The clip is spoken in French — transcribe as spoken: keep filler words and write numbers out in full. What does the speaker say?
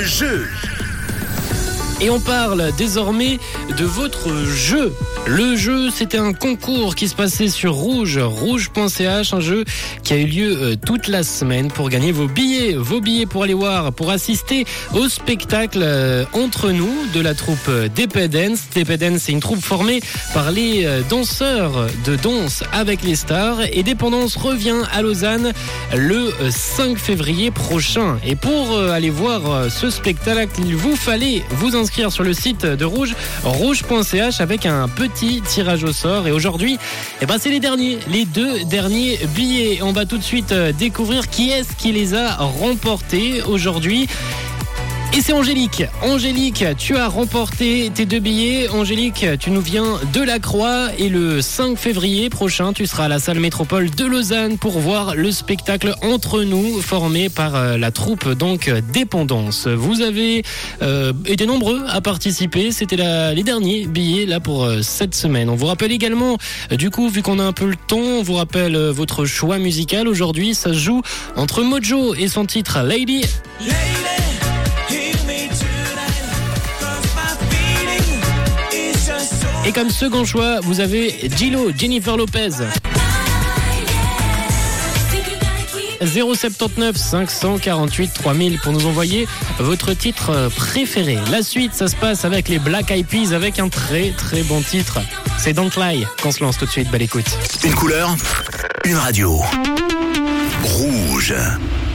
jeu. Et on parle désormais de votre jeu. Le jeu, c'était un concours qui se passait sur Rouge, rouge point c h, un jeu qui a eu lieu euh, toute la semaine pour gagner vos billets, vos billets pour aller voir, pour assister au spectacle euh, Entre nous de la troupe Dépé Dance. Dépé Dance, c'est une troupe formée par les euh, danseurs de Danse avec les stars, et Dépendance revient à Lausanne le euh, cinq février prochain. Et pour euh, aller voir euh, ce spectacle, il vous fallait vous inscrire sur le site de Rouge, rouge point c h, avec un petit tirage au sort. Et aujourd'hui, eh ben, c'est les derniers, les deux derniers billets. On va tout de suite découvrir qui est-ce qui les a remportés aujourd'hui. Et c'est Angélique. Angélique, tu as remporté tes deux billets. Angélique, tu nous viens de la Croix, et le cinq février prochain, tu seras à la salle Métropole de Lausanne pour voir le spectacle Entre nous, formé par la troupe donc Dépendance. Vous avez euh, été nombreux à participer. C'était la, les derniers billets là pour euh, cette semaine. On vous rappelle également, euh, du coup, vu qu'on a un peu le temps, on vous rappelle euh, votre choix musical. Aujourd'hui, ça se joue entre Mojo et son titre Lady. Lady. Et comme second choix, vous avez Gillo, Jennifer Lopez. zéro soixante-dix-neuf cinq cent quarante-huit trois mille pour nous envoyer votre titre préféré. La suite, ça se passe avec les Black Eyed Peas avec un très très bon titre. C'est Don't Lie qu'on se lance tout de suite. Belle écoute. Une couleur, une radio. Rouge.